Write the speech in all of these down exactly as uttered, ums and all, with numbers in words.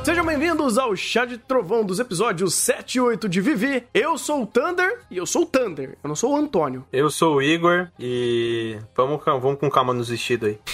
Sejam bem-vindos ao Chá de Trovão dos episódios sete e oito de Vivi. Eu sou o Thunder e eu sou o Thunder, eu não sou o Antônio. Eu sou o Igor e vamos, vamos com calma nos vestidos aí.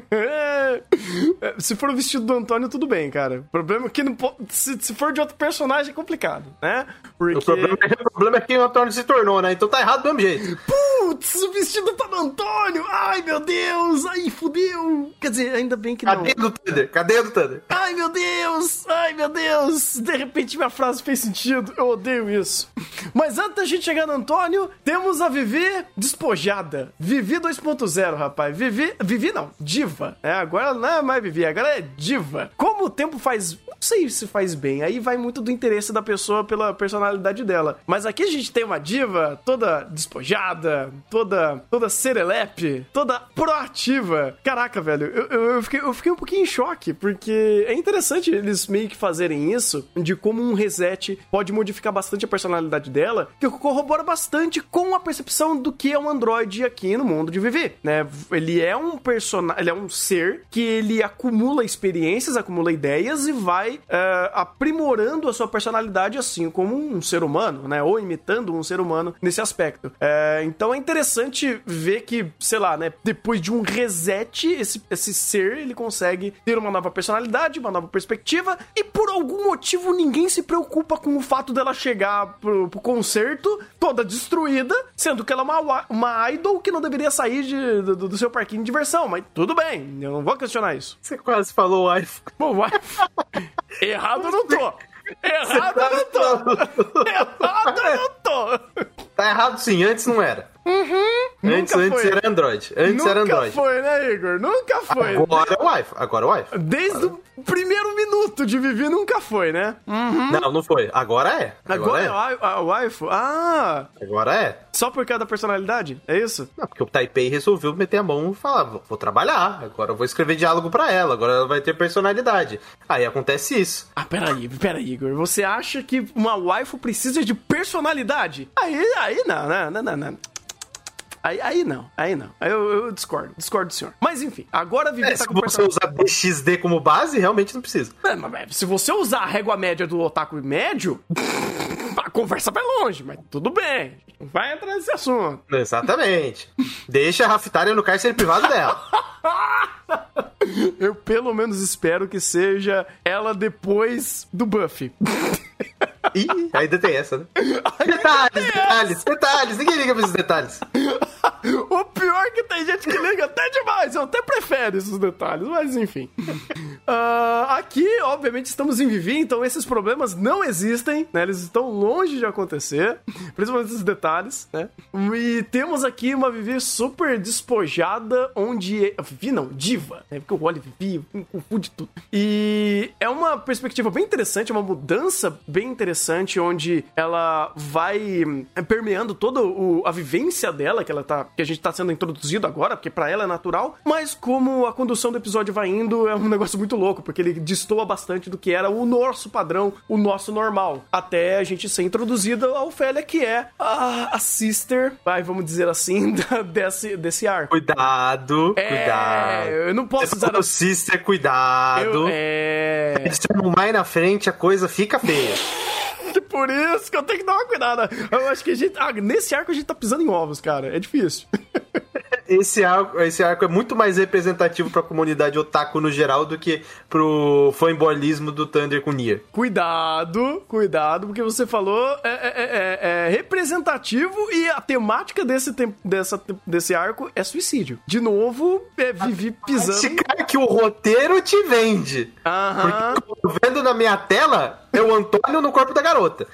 Se for o vestido do Antônio, tudo bem, cara. O problema é que não pode, se, se for de outro personagem é complicado, né? Porque... O, problema é, o problema é que o Antônio se tornou, né? Então tá errado do mesmo jeito. Putz, o vestido tá do Antônio! Ai, meu Deus! Ai, fudeu! Quer dizer, ainda bem que não. Cadê do Thunder? Cadê do Thunder? Ai, meu Deus! Ai, meu Deus! De repente minha frase fez sentido. Eu odeio isso. Mas antes da gente chegar no Antônio, temos a Vivi despojada. Vivi dois ponto zero, rapaz. Vivi... Vivi não. Diva. É, agora não é mais Vivi, agora é diva. Como o tempo faz... Não sei se faz bem. Aí vai muito do interesse da pessoa pela personalidade dela. Mas aqui a gente tem uma diva toda despojada, toda, toda serelepe, toda proativa. Caraca, velho. Eu, eu, eu, fiquei, eu fiquei um pouquinho em choque, porque é interessante eles meio que fazerem isso, de como um reset pode modificar bastante a personalidade dela, que corrobora bastante com a percepção do que é um androide aqui no mundo de Vivi, né? Ele é um personagem, ele é um ser que ele acumula experiências, acumula ideias e vai uh, aprimorando a sua personalidade assim como um ser humano, né? Ou imitando um ser humano nesse aspecto. Uh, então é interessante ver que, sei lá, né? Depois de um reset, esse, esse ser, ele consegue ter uma nova personalidade, uma nova perspectiva, e por algum motivo ninguém se preocupa com o fato dela chegar pro, pro concerto toda destruída, sendo que ela é uma, uma idol que não deveria sair de, do, do seu parquinho de diversão, mas tudo bem, eu não vou questionar isso. Você quase falou wife. Bom, wife. Errado eu não tô. Errado eu não tô. Errado eu não tô. Tá errado sim, antes não era. Uhum, antes, antes era Android. Antes nunca era Android. Nunca foi, né, Igor? Nunca foi. Agora é o wife. Agora é o wife. Desde agora. o primeiro minuto de Vivi nunca foi, né? Uhum. Não, não foi. Agora é. Agora, agora é a, a waifu? Ah! Agora é. Só por causa da personalidade? É isso? Não, porque o Taipei resolveu meter a mão e falar, vou, vou trabalhar, agora eu vou escrever diálogo pra ela, agora ela vai ter personalidade. Aí acontece isso. Ah, peraí, peraí, Igor. Você acha que uma waifu precisa de personalidade? Aí, aí não, não, não, não, não. Aí, aí não, aí não. Aí eu, eu discordo, discordo do senhor. Mas enfim, agora a Vivi é, tá com se você usar D X D como base, realmente não precisa. É, mas se você usar a régua média do otaku médio, a conversa vai longe, mas tudo bem. Não vai entrar nesse assunto. Exatamente. Deixa a Raftaria no cárcere privado dela. Eu pelo menos espero que seja ela depois do Buffy. Ih, ainda tem essa, né? Detalhes, detalhes, detalhes. Ninguém liga pra esses detalhes. O pior é que tem gente que liga até demais. Eu até prefiro esses detalhes, mas enfim. Uh, aqui, obviamente, estamos em Vivi, então esses problemas não existem, né? Eles estão longe de acontecer, principalmente esses detalhes, né? E temos aqui uma Vivi super despojada, onde... Vivi não, diva, né? Porque eu olho Vivi, eu confundo tudo. E é uma perspectiva bem interessante, uma mudança bem interessante, onde ela vai permeando toda o, a vivência dela, que ela tá, que a gente tá sendo introduzido agora, porque pra ela é natural, mas como a condução do episódio vai indo, é um negócio muito louco, porque ele destoa bastante do que era o nosso padrão, o nosso normal, até a gente ser introduzida a Ofélia, que é a, a sister, vai, vamos dizer assim, da, desse, desse arco. Cuidado, é, cuidado. Eu não posso usar... O sister, cuidado. Eu, é... Se não mais na frente, a coisa fica feia. Por isso que eu tenho que dar uma cuidada. Eu acho que a gente... Ah, nesse arco a gente tá pisando em ovos, cara. É difícil. Esse arco, esse arco é muito mais representativo pra comunidade otaku no geral do que pro fanboyismo do Thunder com Nier. Cuidado, cuidado, porque você falou é, é, é, é representativo e a temática desse, dessa, desse arco é suicídio. De novo, é Vivi pisando... Esse cara que o roteiro te vende. Aham. Porque eu tô vendo na minha tela é o Antônio no corpo da garota.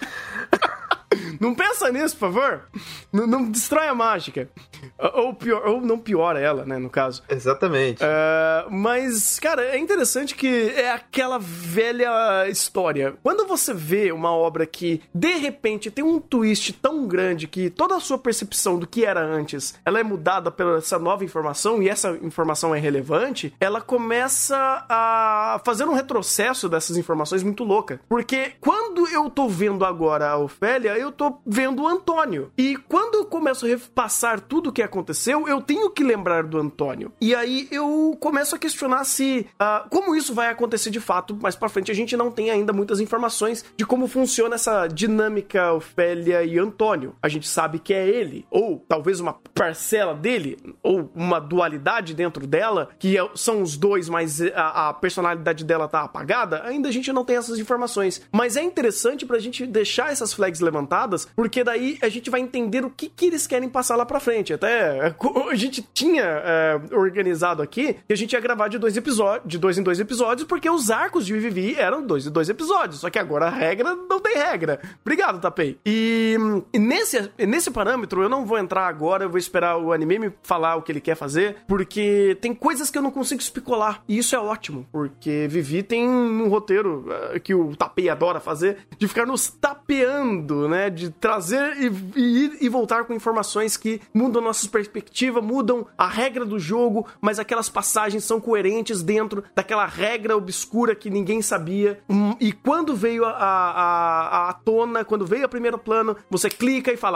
Não pensa nisso, por favor. Não, não destrói a mágica. Ou, pior, ou não piora ela, né, no caso. Exatamente. Uh, mas, cara, é interessante que é aquela velha história. Quando você vê uma obra que, de repente, tem um twist tão grande que toda a sua percepção do que era antes, ela é mudada pela essa nova informação, e essa informação é relevante, ela começa a fazer um retrocesso dessas informações muito louca. Porque quando eu tô vendo agora a Ofélia, eu tô tô vendo o Antônio. E quando eu começo a repassar tudo o que aconteceu, eu tenho que lembrar do Antônio. E aí eu começo a questionar se uh, como isso vai acontecer de fato mais pra frente. A gente não tem ainda muitas informações de como funciona essa dinâmica Ofélia e Antônio. A gente sabe que é ele, ou talvez uma parcela dele, ou uma dualidade dentro dela, que é, são os dois, mas a, a personalidade dela tá apagada. Ainda a gente não tem essas informações. Mas é interessante pra gente deixar essas flags levantadas, porque daí a gente vai entender o que, que eles querem passar lá pra frente. Até a gente tinha é, organizado aqui que a gente ia gravar de dois episódios, de dois em dois episódios, porque os arcos de Vivi eram dois em dois episódios. Só que agora a regra não tem regra. Obrigado, Tapei. E, e nesse, nesse parâmetro eu não vou entrar agora, eu vou esperar o anime me falar o que ele quer fazer, porque tem coisas que eu não consigo especular. E isso é ótimo, porque Vivi tem um roteiro uh, que o Tapei adora fazer, de ficar nos tapeando, né? De trazer e, e ir e voltar com informações que mudam nossa perspectiva, mudam a regra do jogo, mas aquelas passagens são coerentes dentro daquela regra obscura que ninguém sabia. Um, e quando veio a, a, a tona, quando veio a primeiro plano, você clica e fala: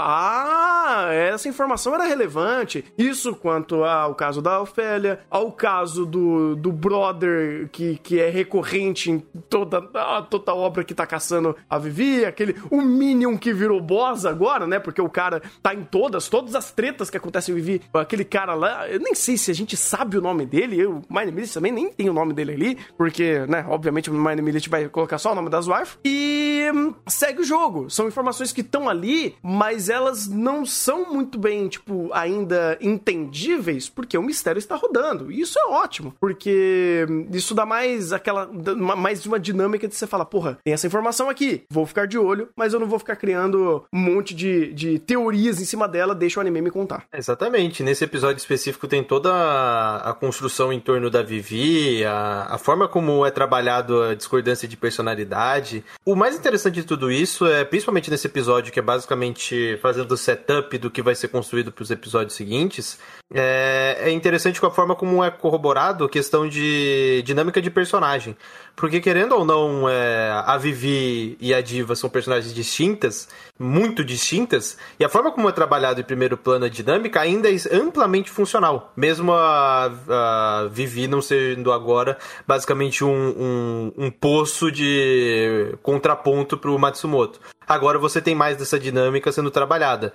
ah, essa informação era relevante. Isso quanto ao caso da Ofélia, ao caso do, do brother que, que é recorrente em toda, toda a obra que tá caçando a Vivi, aquele, o Minion que virou boss agora, né? Porque o cara tá em todas, todas as tretas que acontecem em Vivi. Aquele cara lá, eu nem sei se a gente sabe o nome dele, eu, Mind Millet também nem tem o nome dele ali, porque, né, obviamente o Mind Millet vai colocar só o nome das wife. E hum, segue o jogo. São informações que estão ali, mas elas não são muito bem, tipo, ainda entendíveis, porque o mistério está rodando. E isso é ótimo, porque isso dá mais aquela, mais uma dinâmica de você falar: porra, tem essa informação aqui, vou ficar de olho, mas eu não vou ficar criando um monte de, de teorias em cima dela, deixa o anime me contar. Exatamente. Nesse episódio específico tem toda a, a construção em torno da Vivi, a, a forma como é trabalhado a discordância de personalidade. O mais interessante de tudo isso é, principalmente nesse episódio, que é basicamente fazendo o setup do que vai ser construído para os episódios seguintes, é, é interessante com a forma como é corroborado a questão de dinâmica de personagem. Porque, querendo ou não, é, a Vivi e a Diva são personagens distintas, muito distintas, e a forma como é trabalhado em primeiro plano a dinâmica ainda é amplamente funcional, mesmo a, a Vivi não sendo agora basicamente um, um, um poço de contraponto pro Matsumoto. Agora você tem mais dessa dinâmica sendo trabalhada.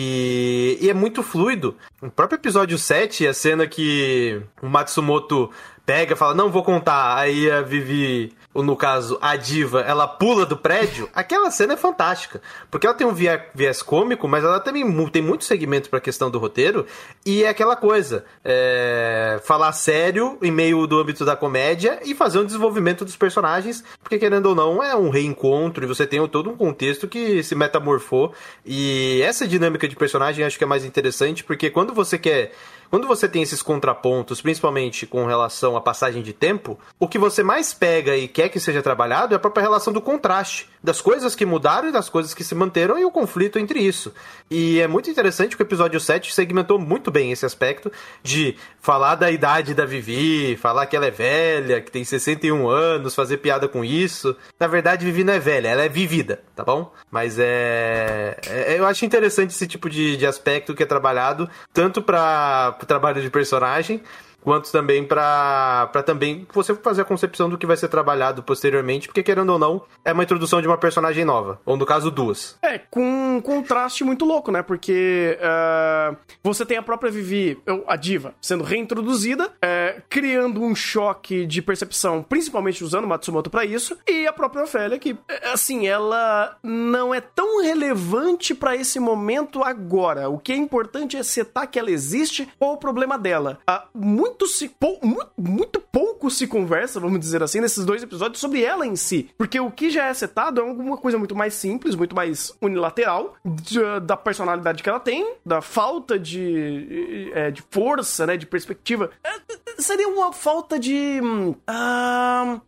E, e é muito fluido. No próprio episódio sete, a cena que o Matsumoto pega e fala: não vou contar. Aí a Vivi, ou no caso, a Diva, ela pula do prédio. Aquela cena é fantástica. Porque ela tem um viés, viés cômico, mas ela também tem muito segmento pra questão do roteiro. E é aquela coisa. É, falar sério em meio do âmbito da comédia e fazer um desenvolvimento dos personagens. Porque, querendo ou não, é um reencontro e você tem todo um contexto que se metamorfou. E essa dinâmica de personagem acho que é mais interessante, porque quando você quer... Quando você tem esses contrapontos, principalmente com relação à passagem de tempo, o que você mais pega e quer que seja trabalhado é a própria relação do contraste, das coisas que mudaram e das coisas que se manteram e o conflito entre isso. E é muito interessante que o episódio sete segmentou muito bem esse aspecto de falar da idade da Vivi, falar que ela é velha, que tem sessenta e um anos, fazer piada com isso. Na verdade, Vivi não é velha, ela é vivida, tá bom? Mas é... é eu acho interessante esse tipo de, de aspecto que é trabalhado, tanto para o trabalho de personagem, quanto também para para também você fazer a concepção do que vai ser trabalhado posteriormente, porque, querendo ou não, é uma introdução de uma personagem nova, ou no caso, duas. É, com um contraste muito louco, né? Porque uh, você tem a própria Vivi, a Diva, sendo reintroduzida, uh, criando um choque de percepção, principalmente usando o Matsumoto pra isso, e a própria Ofélia, que, assim, ela não é tão relevante pra esse momento agora. O que é importante é setar que ela existe, qual o problema dela. Uh, muito Muito, se, pou, muito, muito pouco se conversa, vamos dizer assim, nesses dois episódios sobre ela em si. Porque o que já é setado é alguma coisa muito mais simples, muito mais unilateral, de, da personalidade que ela tem, da falta de, é, de força, né, de perspectiva. É, seria uma falta de, uh, de... Vai,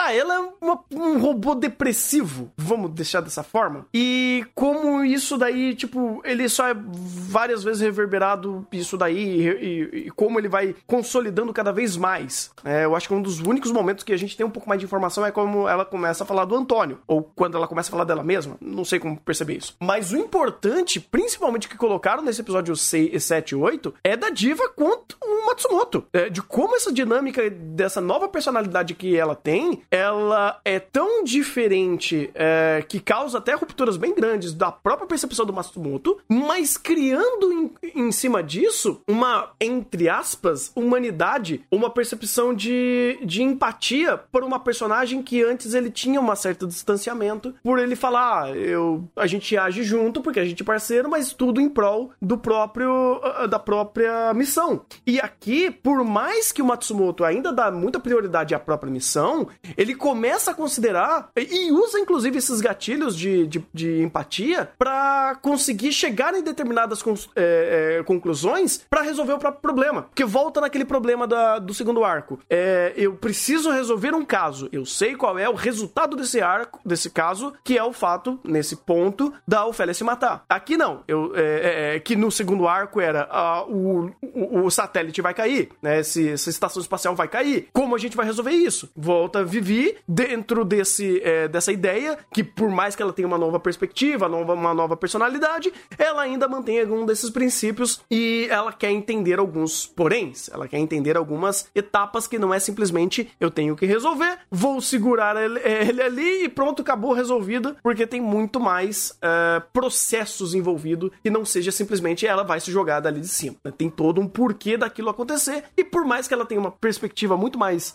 ah, ela é uma, um robô depressivo, vamos deixar dessa forma. E como isso daí, tipo, ele só é várias vezes reverberado isso daí e, e, e como ele vai consolidando cada vez mais. É, eu acho que um dos únicos momentos que a gente tem um pouco mais de informação é como ela começa a falar do Antônio, ou quando ela começa a falar dela mesma, não sei como perceber isso. Mas o importante, principalmente que colocaram nesse episódio seis, sete e oito, é da Diva quanto o Matsumoto. É, de como essa dinâmica dessa nova personalidade que ela tem, ela é tão diferente é, que causa até rupturas bem grandes da própria percepção do Matsumoto, mas criando em, em cima disso uma, entre aspas, humanidade, uma percepção de, de empatia por uma personagem que antes ele tinha um certo distanciamento, por ele falar, ah, eu, a gente age junto porque a gente é parceiro, mas tudo em prol do próprio, da própria missão. E aqui, por mais que o Matsumoto ainda dá muita prioridade à própria missão, ele começa a considerar e usa inclusive esses gatilhos de, de, de empatia pra conseguir chegar em determinadas é, é, conclusões pra resolver o próprio problema. Porque volta naquele problema da, do segundo arco. É, eu preciso resolver um caso. Eu sei qual é o resultado desse arco, desse caso, que é o fato, nesse ponto, da Ofélia se matar. Aqui não. Eu, é, é, que no segundo arco era uh, o, o, o satélite vai cair, né? Se, se a estação espacial vai cair. Como a gente vai resolver isso? Volta a Vivi dentro desse, é, dessa ideia que, por mais que ela tenha uma nova perspectiva, nova, uma nova personalidade, ela ainda mantém algum desses princípios e ela quer entender alguns poréns. Ela quer entender algumas etapas que não é simplesmente eu tenho que resolver, vou segurar ele, ele ali e pronto, acabou resolvido, porque tem muito mais uh, processos envolvidos e não seja simplesmente ela vai se jogar dali de cima. Tem todo um porquê daquilo acontecer e por mais que ela tenha uma perspectiva muito mais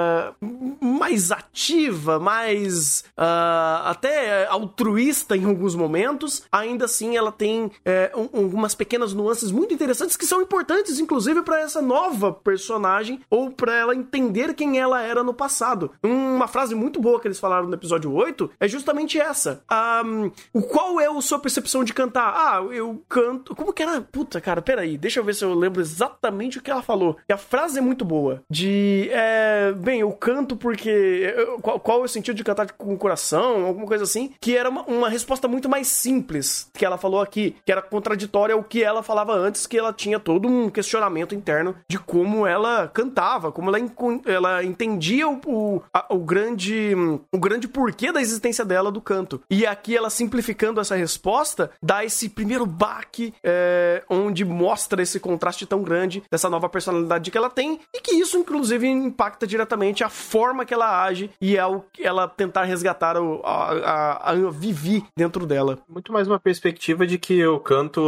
uh, mais ativa, mais uh, até altruísta em alguns momentos, ainda assim ela tem uh, um, algumas pequenas nuances muito interessantes que são importantes, inclusive para essa nova personagem ou para ela entender quem ela era no passado. Uma frase muito boa que eles falaram no episódio oito é justamente essa. Um, o qual é a sua percepção de cantar? Ah, eu canto... Como que era? Puta, cara, peraí. Deixa eu ver se eu lembro exatamente o que ela falou. E a frase é muito boa. De... É, bem, eu canto porque... Qual, qual é o sentido de cantar com o coração? Alguma coisa assim. Que era uma, uma resposta muito mais simples que ela falou aqui. Que era contraditória ao que ela falava antes, que ela tinha todo um questionamento interno de como ela cantava, como ela, ela entendia o, o, a, o, grande, o grande porquê da existência dela do canto. E aqui ela simplificando essa resposta, dá esse primeiro baque é, onde mostra esse contraste tão grande dessa nova personalidade que ela tem e que isso inclusive impacta diretamente a forma que ela age e ao ela tentar resgatar o, a, a, a Vivi dentro dela. Muito mais uma perspectiva de que o canto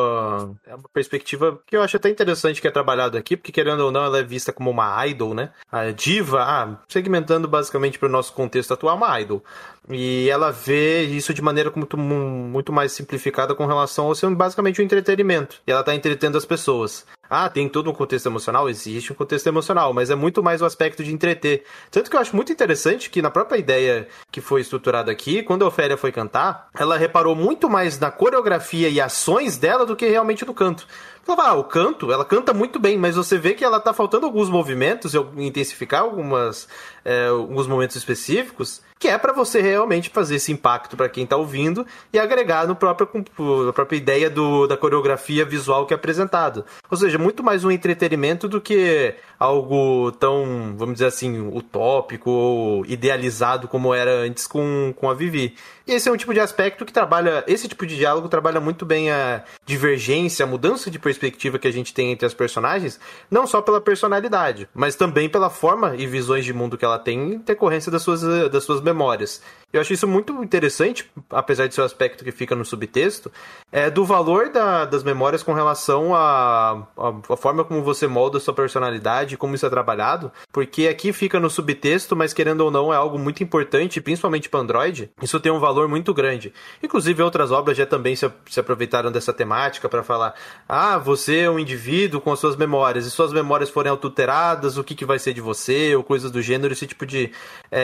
é uma perspectiva que eu acho até interessante que é trabalhado aqui, porque querendo ou não ela é vista como uma idol, né? A diva, ah, segmentando basicamente para o nosso contexto atual, uma idol. E ela vê isso de maneira muito, muito mais simplificada com relação ao ser basicamente um entretenimento. E ela tá entretendo as pessoas. Ah, tem todo um contexto emocional? Existe um contexto emocional, mas é muito mais o aspecto de entreter. Tanto que eu acho muito interessante que na própria ideia que foi estruturada aqui, quando a Ofélia foi cantar, ela reparou muito mais na coreografia e ações dela do que realmente no canto. Ela fala, ah, o canto, ela canta muito bem, mas você vê que ela tá faltando alguns movimentos, intensificar algumas, é, alguns momentos específicos, que é pra você realmente fazer esse impacto pra quem tá ouvindo e agregar no próprio, na própria ideia do, da coreografia visual que é apresentado. Ou seja, muito mais um entretenimento do que algo tão, vamos dizer assim, utópico ou idealizado como era antes com, com a Vivi. E esse é um tipo de aspecto que trabalha, esse tipo de diálogo trabalha muito bem a divergência, a mudança de perspectiva que a gente tem entre as personagens, não só pela personalidade, mas também pela forma e visões de mundo que ela tem em decorrência das suas, das suas memórias. Eu acho isso muito interessante, apesar de ser um aspecto que fica no subtexto, é do valor da, das memórias com relação à a, a, a forma como você molda a sua personalidade, como isso é trabalhado, porque aqui fica no subtexto, mas querendo ou não é algo muito importante, principalmente para Android, isso tem um valor muito grande. Inclusive outras obras já também se, se aproveitaram dessa temática para falar, ah, você é um indivíduo com as suas memórias, e suas memórias forem adulteradas, o que, que vai ser de você, ou coisas do gênero, esse tipo de,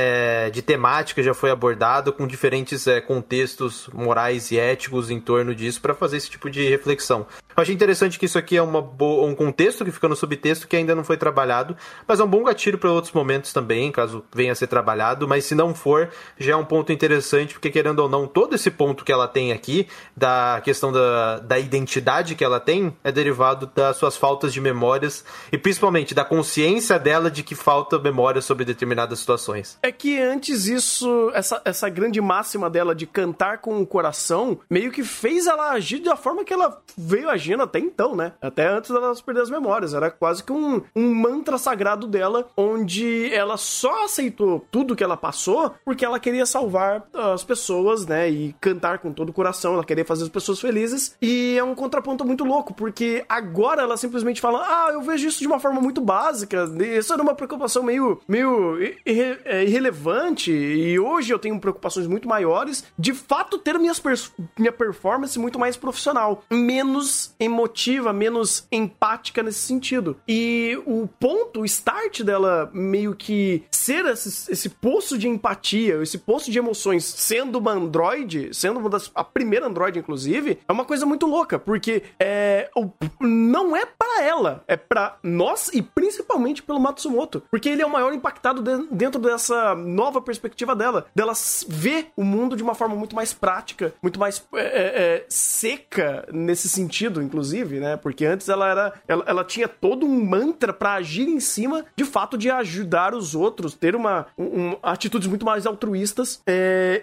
é, de temática já foi abordado com diferentes é, contextos morais e éticos em torno disso para fazer esse tipo de reflexão. Eu achei interessante que isso aqui é uma bo- um contexto que fica no subtexto que ainda não foi trabalhado, mas é um bom gatilho para outros momentos também, caso venha a ser trabalhado, mas se não for, já é um ponto interessante, porque querendo ou não, todo esse ponto que ela tem aqui, da questão da, da identidade que ela tem, é derivado das suas faltas de memórias, e principalmente da consciência dela de que falta memória sobre determinadas situações. É que antes isso, essa, essa grande máxima dela de cantar com o coração, meio que fez ela agir da forma que ela veio agindo até então, né? Até antes dela perder as memórias. Era quase que um, um mantra sagrado dela, onde ela só aceitou tudo que ela passou porque ela queria salvar as pessoas, né? E cantar com todo o coração, ela queria fazer as pessoas felizes. E é um contraponto muito louco, porque agora ela simplesmente fala: ah, eu vejo isso de uma forma muito básica, isso era uma preocupação meio, meio irre, é, irrelevante, e hoje eu tenho preocupações muito maiores, de fato ter minhas pers- minha performance muito mais profissional, menos emotiva, menos empática nesse sentido. E o ponto, o start dela meio que ser esse, esse poço de empatia, esse poço de emoções, sendo uma androide, sendo uma das, a primeira androide, inclusive, é uma coisa muito louca, porque é, o, não é pra ela, é pra nós e principalmente pelo Matsumoto, porque ele é o maior impactado de, dentro dessa nova perspectiva dela, dela ver o mundo de uma forma muito mais prática, muito mais é, é, seca nesse sentido, inclusive, né? Porque antes ela era, ela, ela tinha todo um mantra pra agir em cima, de fato, de ajudar os outros, ter uma, um, atitudes muito mais altruístas, é,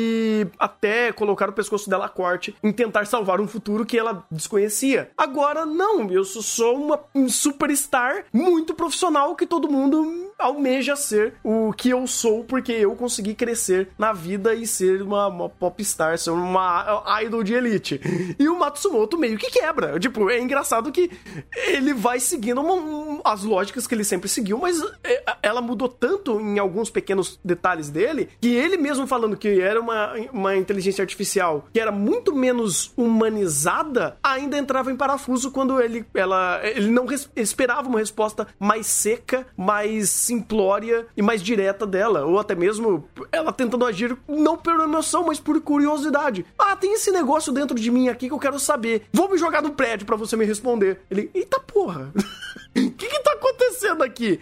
e até colocar o pescoço dela a corte em tentar salvar um futuro que ela desconhecia. Agora, não, eu sou uma, um superstar muito profissional que todo mundo almeja ser o que eu sou, porque eu consegui crescer na vida e ser uma, uma popstar, ser uma idol de elite. E o Matsumoto meio que quebra. Tipo, é engraçado que ele vai seguindo uma, um, as lógicas que ele sempre seguiu, mas é, ela mudou tanto em alguns pequenos detalhes dele, que ele mesmo falando que era uma, uma inteligência artificial que era muito menos humanizada, ainda entrava em parafuso quando ele, ela, ele não res, esperava uma resposta mais seca, mais simplória e mais direta dela, ou até mesmo ela tentando agir não por emoção, mas por curiosidade. Ah, tem esse negócio dentro de mim aqui que eu quero saber. Vou me jogar no prédio pra você me responder. Ele, eita porra! O que que tá acontecendo aqui?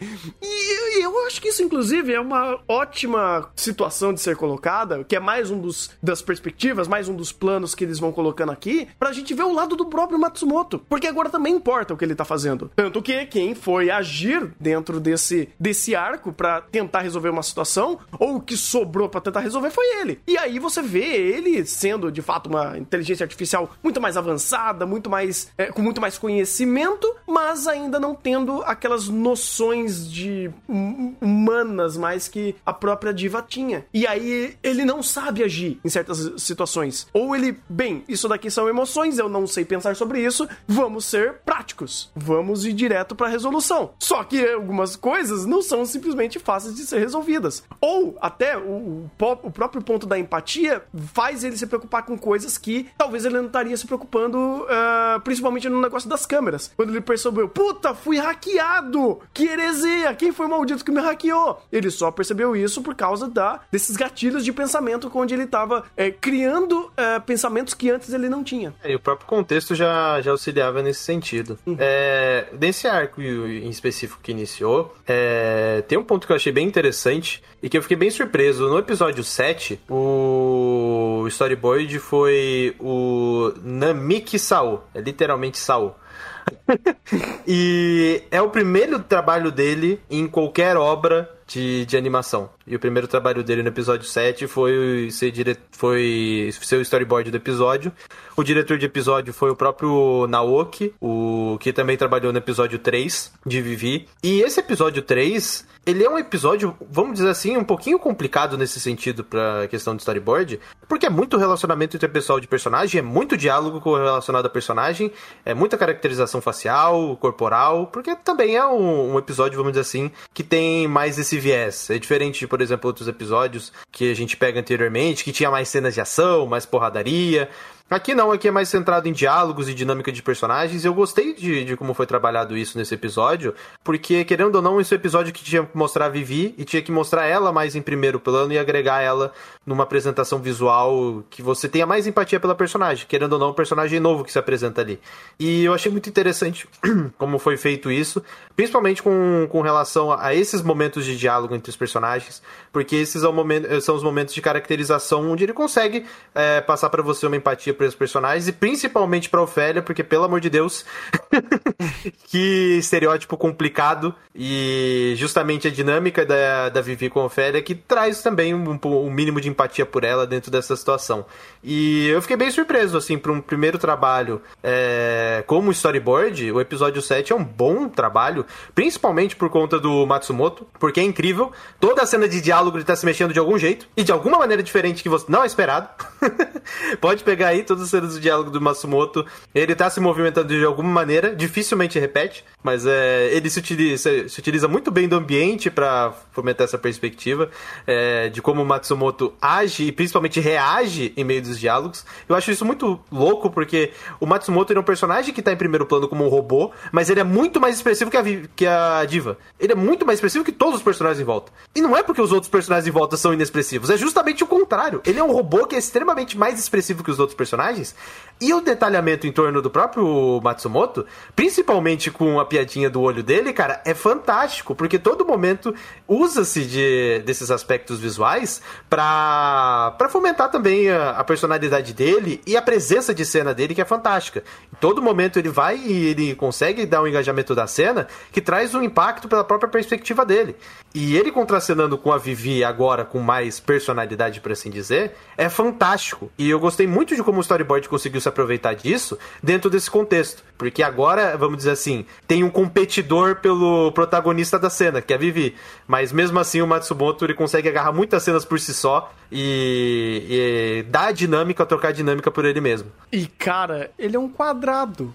E eu acho que isso, inclusive, é uma ótima situação de ser colocada, que é mais um dos, das perspectivas, mais um dos planos que eles vão colocando aqui, pra gente ver o lado do próprio Matsumoto. Porque agora também importa o que ele tá fazendo. Tanto que quem foi agir dentro desse, desse arco pra tentar resolver uma situação, ou o que sobrou pra tentar resolver, foi ele. E aí você vê ele sendo, de fato, uma inteligência artificial muito mais avançada, muito mais, é, com muito mais conhecimento, mas ainda não tendo aquelas noções de hum, humanas mais que a própria diva tinha. E aí ele não sabe agir em certas situações. Ou ele, bem, isso daqui são emoções, eu não sei pensar sobre isso, vamos ser práticos. Vamos ir direto pra resolução. Só que algumas coisas não são simplesmente fáceis de ser resolvidas. Ou até o, o próprio ponto da empatia faz ele se preocupar com coisas que talvez ele não estaria se preocupando, uh, principalmente no negócio das câmeras. Quando ele percebeu, puta, fui hackeado! Que heresia! Quem foi o maldito que me hackeou? Ele só percebeu isso por causa da, desses gatilhos de pensamento onde ele estava é, criando é, pensamentos que antes ele não tinha. É, e o próprio contexto já, já auxiliava nesse sentido. Uhum. É, nesse arco em específico que iniciou, é, tem um ponto que eu achei bem interessante e que eu fiquei bem surpreso. No episódio sete, o storyboard foi o Namiki Sao. É literalmente Sao. E é o primeiro trabalho dele em qualquer obra de, de animação. E o primeiro trabalho dele no episódio sete foi ser, dire... foi ser o storyboard do episódio. O diretor de episódio foi o próprio Naoki, o que também trabalhou no episódio três de Vivi. E esse episódio três, ele é um episódio, vamos dizer assim, um pouquinho complicado nesse sentido pra questão de storyboard, porque é muito relacionamento interpessoal de personagem, é muito diálogo relacionado a personagem, é muita caracterização facial, corporal, porque também é um, um episódio, vamos dizer assim, que tem mais esse viés. É diferente de, por exemplo, outros episódios que a gente pega anteriormente, que tinha mais cenas de ação, mais porradaria. Aqui não, aqui é mais centrado em diálogos e dinâmica de personagens. Eu gostei de, de como foi trabalhado isso nesse episódio, porque, querendo ou não, esse é um episódio que tinha que mostrar a Vivi e tinha que mostrar ela mais em primeiro plano e agregar ela numa apresentação visual que você tenha mais empatia pela personagem, querendo ou não, um personagem novo que se apresenta ali. E eu achei muito interessante como foi feito isso, principalmente com, com relação a esses momentos de diálogo entre os personagens, porque esses são, momentos, são os momentos de caracterização onde ele consegue é, passar pra você uma empatia para os personagens, e principalmente pra Ofélia, porque, pelo amor de Deus, que estereótipo complicado, e justamente a dinâmica da, da Vivi com a Ofélia que traz também um, um mínimo de empatia por ela dentro dessa situação. E eu fiquei bem surpreso, assim, para um primeiro trabalho é, como storyboard. O episódio sete é um bom trabalho, principalmente por conta do Matsumoto, porque é incrível. Toda a cena de diálogo ele tá se mexendo de algum jeito, e de alguma maneira diferente que você não é esperado. Pode pegar aí todas as cenas de diálogo do Matsumoto, ele tá se movimentando de alguma maneira, dificilmente repete, mas é, ele se utiliza, se utiliza muito bem do ambiente para fomentar essa perspectiva é, de como o Matsumoto age e principalmente reage em meio dos diálogos. Eu acho isso muito louco, porque o Matsumoto ele é um personagem que tá em primeiro plano como um robô, mas ele é muito mais expressivo que a, que a Diva. Ele é muito mais expressivo que todos os personagens em volta. E não é porque os outros personagens em volta são inexpressivos, é justamente o contrário. Ele é um robô que é extremamente mais expressivo que os outros personagens, e o detalhamento em torno do próprio Matsumoto, principalmente com a piadinha do olho dele, cara, é fantástico, porque todo momento usa-se de, desses aspectos visuais pra, pra fomentar também a, a personalidade dele e a presença de cena dele, que é fantástica. Em todo momento ele vai e ele consegue dar um engajamento da cena que traz um impacto pela própria perspectiva dele. E ele contracenando com a Vivi agora com mais personalidade, por assim dizer, é fantástico. E eu gostei muito de como o storyboard conseguiu se aproveitar disso dentro desse contexto. Porque agora, vamos dizer assim, tem um competidor pelo protagonista da cena, que é a Vivi. Mas mesmo assim o Matsumoto ele consegue agarrar muitas cenas por si só e, e dar dinâmica, trocar dinâmica por ele mesmo. E cara, ele é um quadrado.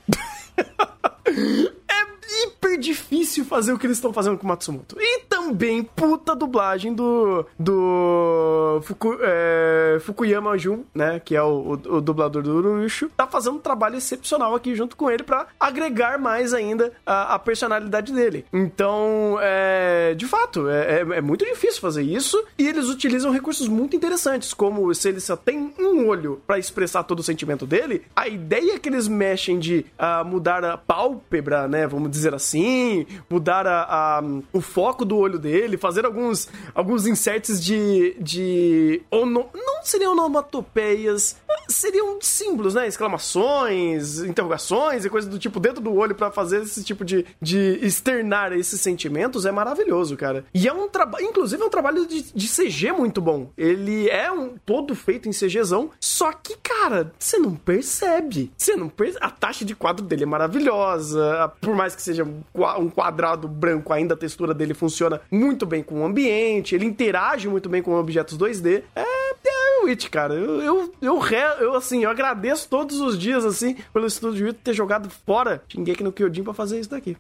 É hiper difícil fazer o que eles estão fazendo com o Matsumoto. E também puta dublagem do do Fuku, é, Fukuyama Jun, né, que é o, o, o dublador do Urushu, tá fazendo um trabalho excepcional aqui junto com ele pra agregar mais ainda a, a personalidade dele. Então, é, de fato, é, é, é muito difícil fazer isso, e eles utilizam recursos muito interessantes, como se ele só tem um olho pra expressar todo o sentimento dele, a ideia que eles mexem de uh, mudar a pálpebra, né, vamos dizer assim, mudar a, a, o foco do olho dele, fazer alguns, alguns inserts de, de ono, não seriam onomatopeias, seriam símbolos, né, exclamações, interrogações e coisas do tipo dentro do olho pra fazer esse tipo de, de externar esses sentimentos, é maravilhoso, cara. E é um trabalho, inclusive é um trabalho de, de C G muito bom. Ele é um todo feito em CGzão, só que, cara, você não percebe. Você não percebe. A taxa de quadro dele é maravilhosa, por mais que seja um quadrado branco, ainda a textura dele funciona muito bem com o ambiente, ele interage muito bem com objetos dois D. É, é o It, cara. Eu, eu, eu, eu, assim, eu agradeço todos os dias, assim, pelo Estúdio It ter jogado fora Shingeki no Kyojin pra fazer isso daqui.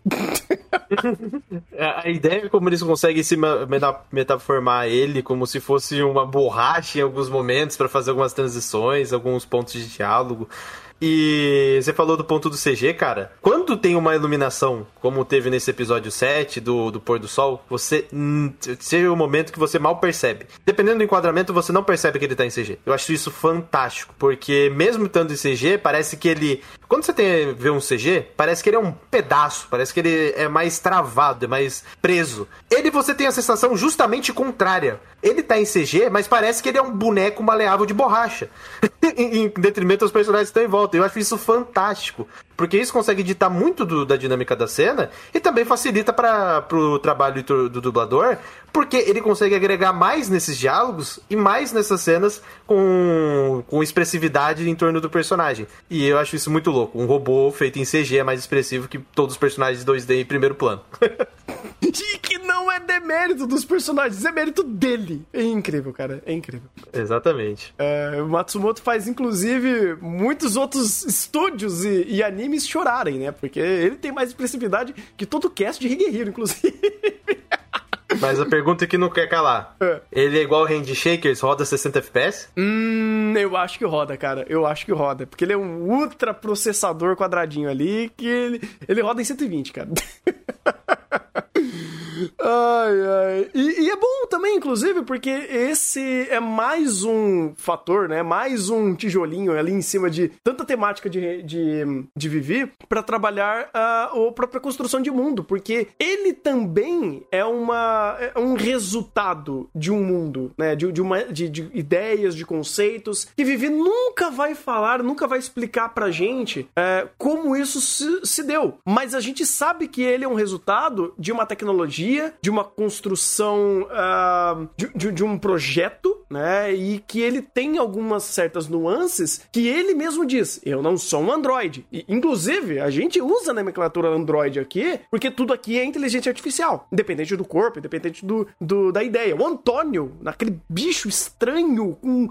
A ideia é como eles conseguem se metaformar ele como se fosse uma borracha em alguns momentos pra fazer algumas transições, alguns pontos de diálogo. E você falou do ponto do C G, cara. Quando tem uma iluminação, como teve nesse episódio sete do, do pôr do sol, você hum, seja o momento que você mal percebe. Dependendo do enquadramento, você não percebe que ele tá em C G. Eu acho isso fantástico, porque mesmo estando em C G, parece que ele... Quando você tem, vê um C G, parece que ele é um pedaço, parece que ele é mais travado, é mais preso. Ele você tem a sensação justamente contrária. Ele tá em C G, mas parece que ele é um boneco maleável de borracha. Em detrimento dos personagens que estão em volta. Eu acho isso fantástico, porque isso consegue ditar muito do, da dinâmica da cena e também facilita para pro trabalho do, do dublador, porque ele consegue agregar mais nesses diálogos e mais nessas cenas com, com expressividade em torno do personagem. E eu acho isso muito louco. Um robô feito em C G é mais expressivo que todos os personagens dois D em primeiro plano. E que não é demérito dos personagens, é mérito dele. É incrível, cara, é incrível. Exatamente. É, o Matsumoto faz, inclusive, muitos outros estúdios e, e animes chorarem, né? Porque ele tem mais expressividade que todo o cast de Higehiro, inclusive. Mas a pergunta que não quer calar. É. Ele é igual o Handshakers, roda sessenta F P S? Hum, eu acho que roda, cara. Eu acho que roda. Porque ele é um ultra processador quadradinho ali, que ele, ele roda em cento e vinte, cara. Ai, ai. E, e é bom também, inclusive, porque esse é mais um fator, né? Mais um tijolinho ali em cima de tanta temática de, de, de Vivi pra trabalhar uh, a própria construção de mundo, porque ele também é, uma, é um resultado de um mundo, né? De, de, uma, de, de ideias, de conceitos, que Vivi nunca vai falar, nunca vai explicar pra gente uh, como isso se, se deu. Mas a gente sabe que ele é um resultado de uma tecnologia, de uma construção uh, de, de, de um projeto, né, e que ele tem algumas certas nuances que ele mesmo diz, eu não sou um Android. E, inclusive, a gente usa a nomenclatura Android aqui, porque tudo aqui é inteligência artificial, independente do corpo, independente do, do, da ideia. O Antônio, naquele bicho estranho, com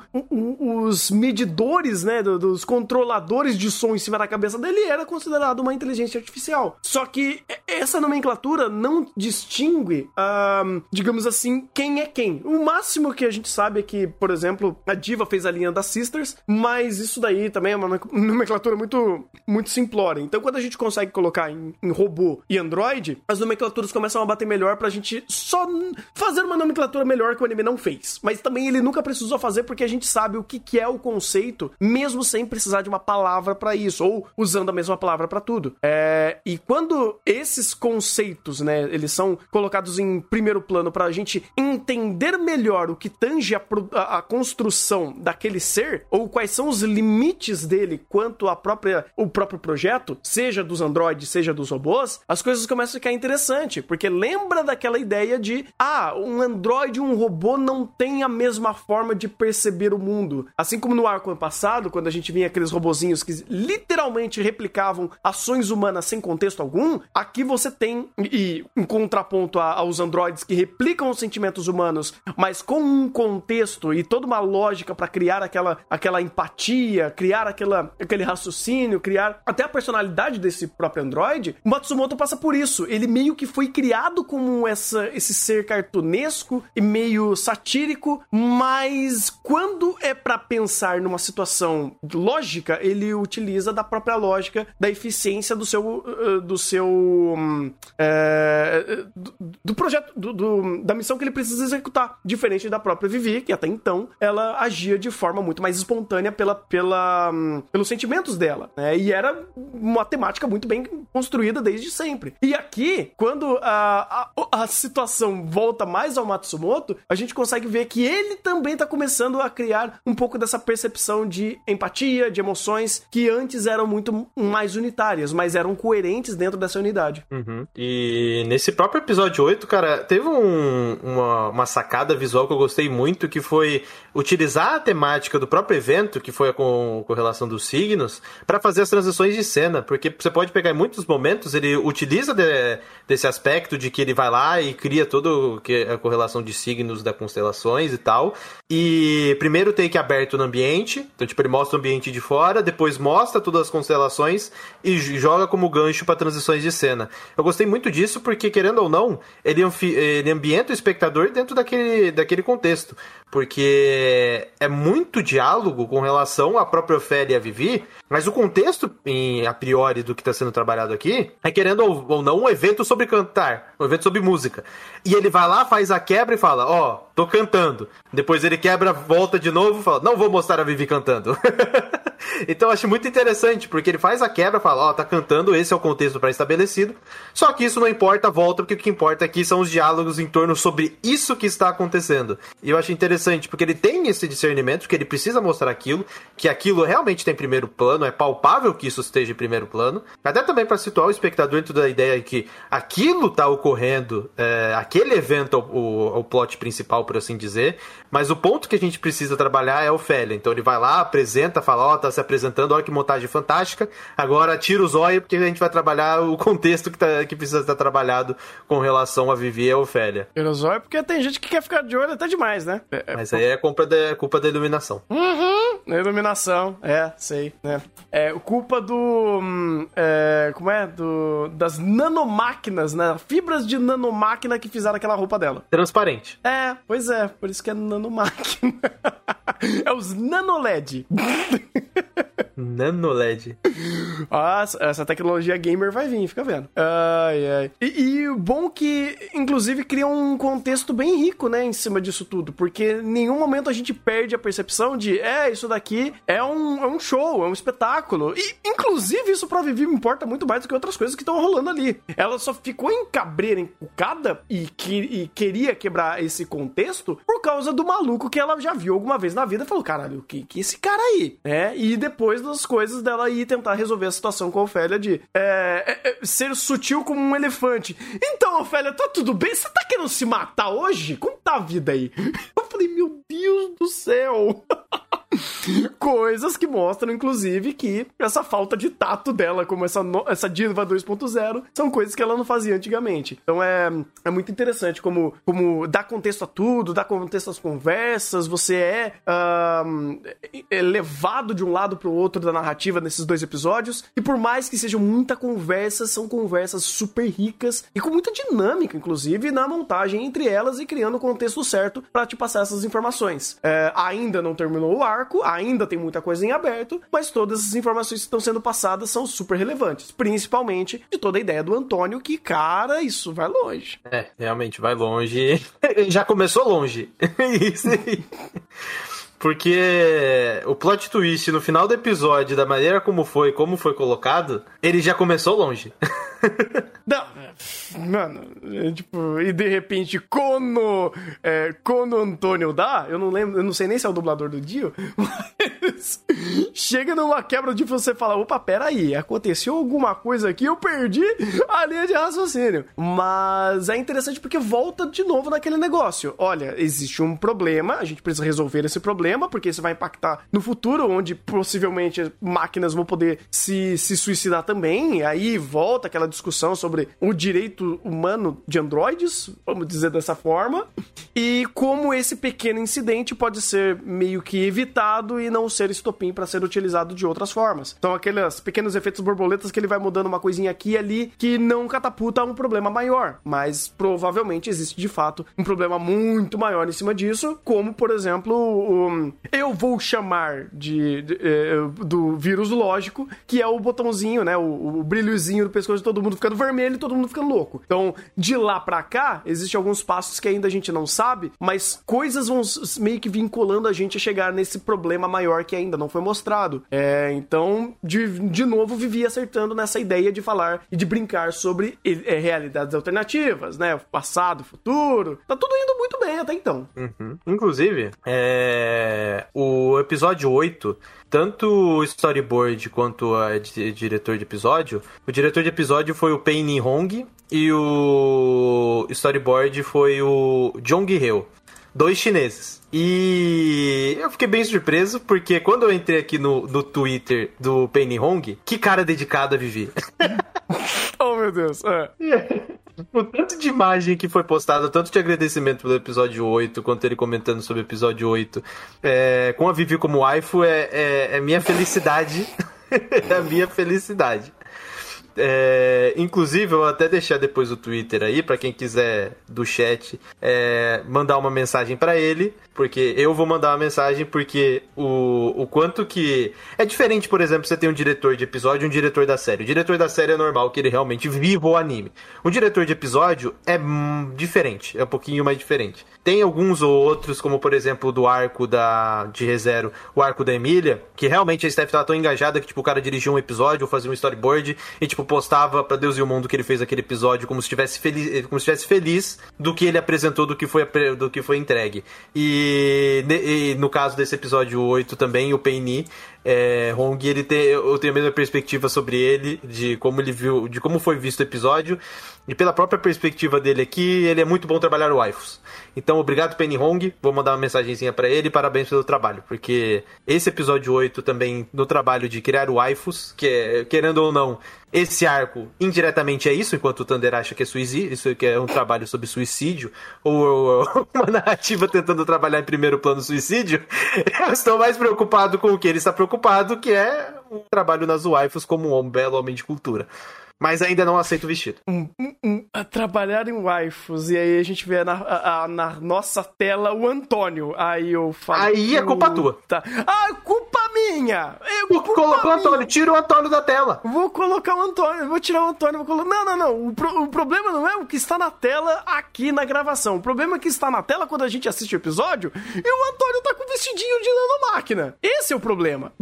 os medidores, né, dos controladores de som em cima da cabeça dele, era considerado uma inteligência artificial. Só que essa nomenclatura não distingue, uh, digamos assim, quem é quem. O máximo que a gente sabe é que, por exemplo, a Diva fez a linha das Sisters, mas isso daí também é uma nomenclatura muito, muito simplória. Então, quando a gente consegue colocar em, em robô e Android, as nomenclaturas começam a bater melhor pra gente só fazer uma nomenclatura melhor que o anime não fez. Mas também ele nunca precisou fazer porque a gente sabe o que, que é o conceito, mesmo sem precisar de uma palavra pra isso, ou usando a mesma palavra pra tudo. É, e quando esses conceitos, né, eles são colocados em primeiro plano pra gente entender melhor o que tange a, a, a construção daquele ser, ou quais são os limites dele quanto a própria, o próprio projeto, seja dos androides, seja dos robôs, as coisas começam a ficar interessantes, porque lembra daquela ideia de, ah, um androide e um robô não tem a mesma forma de perceber o mundo. Assim como no arco passado, quando a gente vinha aqueles robozinhos que literalmente replicavam ações humanas sem contexto algum, aqui você tem, e em contraponto a, aos androides que replicam os sentimentos humanos, mas com um contexto e toda uma lógica para criar aquela, aquela empatia, criar aquela, aquele raciocínio, criar até a personalidade desse próprio androide, o Matsumoto passa por isso. Ele meio que foi criado como essa, esse ser cartunesco e meio satírico, mas quando é para pensar numa situação lógica, ele utiliza da própria lógica, da eficiência do seu do seu é, do, do projeto, do, do, da missão que ele precisa executar, diferente da própria Vivi, que até então ela agia de forma muito mais espontânea pela, pela, pelos sentimentos dela, né? E era uma temática muito bem construída desde sempre. E aqui, quando a, a, a situação volta mais ao Matsumoto, a gente consegue ver que ele também tá começando a criar um pouco dessa percepção de empatia, de emoções, que antes eram muito mais unitárias, mas eram coerentes dentro dessa unidade. Uhum. E nesse próprio episódio oito, cara, teve um, uma, uma sacada visual que eu gostei muito, que foi utilizar a temática do próprio evento, que foi a com, correlação dos signos, para fazer as transições de cena, porque você pode pegar em muitos momentos, ele utiliza de, desse aspecto de que ele vai lá e cria toda a correlação de signos das constelações e tal, e primeiro take aberto no ambiente, então tipo, ele mostra o ambiente de fora, depois mostra todas as constelações e joga como gancho para transições de cena. Eu gostei muito disso porque, querendo ou não, ele, ele ambienta o espectador dentro daquele, daquele contexto, porque é muito diálogo com relação à própria Ofélia e a Vivi, mas o contexto, em, a priori, do que está sendo trabalhado aqui, é, querendo ou, ou não, um evento sobre cantar, um evento sobre música. E ele vai lá, faz a quebra e fala, ó, oh, tô cantando. Depois ele quebra, volta de novo e fala, não vou mostrar a Vivi cantando. Então eu acho muito interessante, porque ele faz a quebra e fala, ó, oh, tá cantando, esse é o contexto pré-estabelecido, só que isso não importa, volta, porque o que importa aqui são os diálogos em torno sobre isso que está acontecendo. E eu acho interessante, porque ele tem esse discernimento, que ele precisa mostrar aquilo, que aquilo realmente tem primeiro plano, é palpável que isso esteja em primeiro plano, até também para situar o espectador dentro da ideia de que aquilo tá ocorrendo, é, aquele evento é o, o, o plot principal, por assim dizer, mas o ponto que a gente precisa trabalhar é a Ofélia. Então ele vai lá, apresenta, fala, ó, oh, tá se apresentando, olha que montagem fantástica, agora tira os olhos porque a gente vai trabalhar o contexto que, tá, que precisa estar trabalhado com relação a Vivi e a Ofélia. Tira os olhos porque tem gente que quer ficar de olho até demais, né? É, Mas aí é culpa da, culpa da iluminação. Uhum. Na iluminação, é, sei, né? É culpa do... Hum, é, como é? Do, das nanomáquinas, né? Fibras de nanomáquina que fizeram aquela roupa dela. Transparente. É, pois é, por isso que é nanomáquina. É os nanoled. Nanoled. Nossa, essa tecnologia gamer vai vir, fica vendo. Ai, ai. E o bom que, inclusive, cria um contexto bem rico, né, em cima disso tudo, porque em nenhum momento a gente perde a percepção de, é, isso daqui é um, é um show, é um espetáculo. E, inclusive, isso pra Vivi me importa muito mais do que outras coisas que estão rolando ali. Ela só ficou em cabreira, encucada e, que, e queria quebrar esse contexto por causa do maluco que ela já viu alguma vez na vida e falou, caralho, o que que esse cara aí? É, e depois das coisas dela ir tentar resolver a situação com a Ofélia de é, é, é, ser sutil como um elefante. Então, Ofélia, tá tudo bem? Você tá querendo se matar hoje? Como tá a vida aí? Eu falei, meu Deus do céu. Coisas que mostram, inclusive, que essa falta de tato dela, como essa, no... essa diva dois ponto zero, são coisas que ela não fazia antigamente. Então é, é muito interessante como, como dá contexto a tudo, dá contexto às conversas, você é, uh, é levado de um lado pro outro da narrativa nesses dois episódios, e por mais que sejam muita conversa, são conversas super ricas e com muita dinâmica, inclusive, na montagem entre elas e criando o contexto certo pra te passar essas informações. É, ainda não terminou o arco, ainda tem muita coisa em aberto, mas todas essas informações que estão sendo passadas são super relevantes, principalmente de toda a ideia do Antônio, que, cara, isso vai longe. É, realmente vai longe. Já começou longe. Isso aí. Porque o plot twist no final do episódio, da maneira como foi, como foi colocado, ele já começou longe. Não, mano, é, tipo, e de repente, quando, é, quando o Antônio dá, eu não lembro, eu não sei nem se é o dublador do Dio, mas chega numa quebra de você falar, opa, peraí, aconteceu alguma coisa aqui, eu perdi a linha de raciocínio. Mas é interessante porque volta de novo naquele negócio. Olha, existe um problema, a gente precisa resolver esse problema, porque isso vai impactar no futuro, onde possivelmente máquinas vão poder se, se suicidar também, e aí volta aquela discussão sobre o direito humano de androides, vamos dizer dessa forma, e como esse pequeno incidente pode ser meio que evitado e não ser estopim para ser utilizado de outras formas. Então aqueles pequenos efeitos borboletas que ele vai mudando uma coisinha aqui e ali que não catapulta a um problema maior, mas provavelmente existe de fato um problema muito maior em cima disso, como por exemplo o, eu vou chamar de, de, de do vírus lógico, que é o botãozinho, né, o, o brilhozinho do pescoço de todo mundo ficando vermelho e todo mundo ficando louco. Então, de lá pra cá, existem alguns passos que ainda a gente não sabe, mas coisas vão meio que vinculando a gente a chegar nesse problema maior que ainda não foi mostrado. É, então, de, de novo, vivi acertando nessa ideia de falar e de brincar sobre é, realidades alternativas, né? Passado, futuro. Tá tudo indo muito bem até então. Uhum. Inclusive, é... o episódio oito, tanto o storyboard quanto a d- diretor de episódio, o diretor de episódio foi o Penny Hong e o storyboard foi o Jong Hyo, dois chineses. E eu fiquei bem surpreso, porque quando eu entrei aqui no, no Twitter do Penny Hong, que cara dedicado a Vivi. Oh, meu Deus. É. O tanto de imagem que foi postado, tanto de agradecimento pelo episódio oito, quanto ele comentando sobre o episódio oito, é, com a Vivi como waifu, é, é, é minha felicidade. É a minha felicidade. É, inclusive, eu vou até deixar depois o Twitter aí, pra quem quiser do chat é, mandar uma mensagem pra ele, porque eu vou mandar uma mensagem, porque o, o quanto que... É diferente, por exemplo, você tem um diretor de episódio e um diretor da série. O diretor da série é normal que ele realmente viva o anime. Um diretor de episódio é hum, diferente, é um pouquinho mais diferente. Tem alguns ou outros, como por exemplo do arco da, de ReZero, o arco da Emília, que realmente a Steph tava tão engajada que tipo, o cara dirigia um episódio ou fazia um storyboard e tipo, postava pra Deus e o mundo que ele fez aquele episódio como se estivesse feliz, como se estivesse feliz do que ele apresentou, do que foi, do que foi entregue. E, e no caso desse episódio oito também, o Penny, É, Hong, ele tem, eu tenho a mesma perspectiva sobre ele, de como ele viu, de como foi visto o episódio, e pela própria perspectiva dele aqui, ele é muito bom trabalhar o waifus. Então, obrigado, Penny Hong, vou mandar uma mensagenzinha pra ele, parabéns pelo trabalho, porque esse episódio oito também, no trabalho de criar o waifus, que é, querendo ou não, esse arco indiretamente é isso, enquanto o Thunder acha que é suicídio, isso que é um trabalho sobre suicídio, ou, ou uma narrativa tentando trabalhar em primeiro plano suicídio, eu estou mais preocupado com o que ele está preocupado, que é o trabalho nas waifus como um belo homem de cultura. Mas ainda não aceito o vestido. Um, um, um, a trabalhar em waifus. E aí a gente vê na, a, a, na nossa tela o Antônio. Aí eu falo... Aí é culpa tua. Tá. Ah, culpa minha! Eu, culpa colocou o Antônio. Tira o Antônio da tela. Vou colocar o Antônio. Vou tirar o Antônio. Vou colocar... Não, não, não. O, pro, o problema não é o que está na tela aqui na gravação. O problema é que está na tela quando a gente assiste o episódio e o Antônio tá com vestidinho de nanomáquina. Esse é o problema.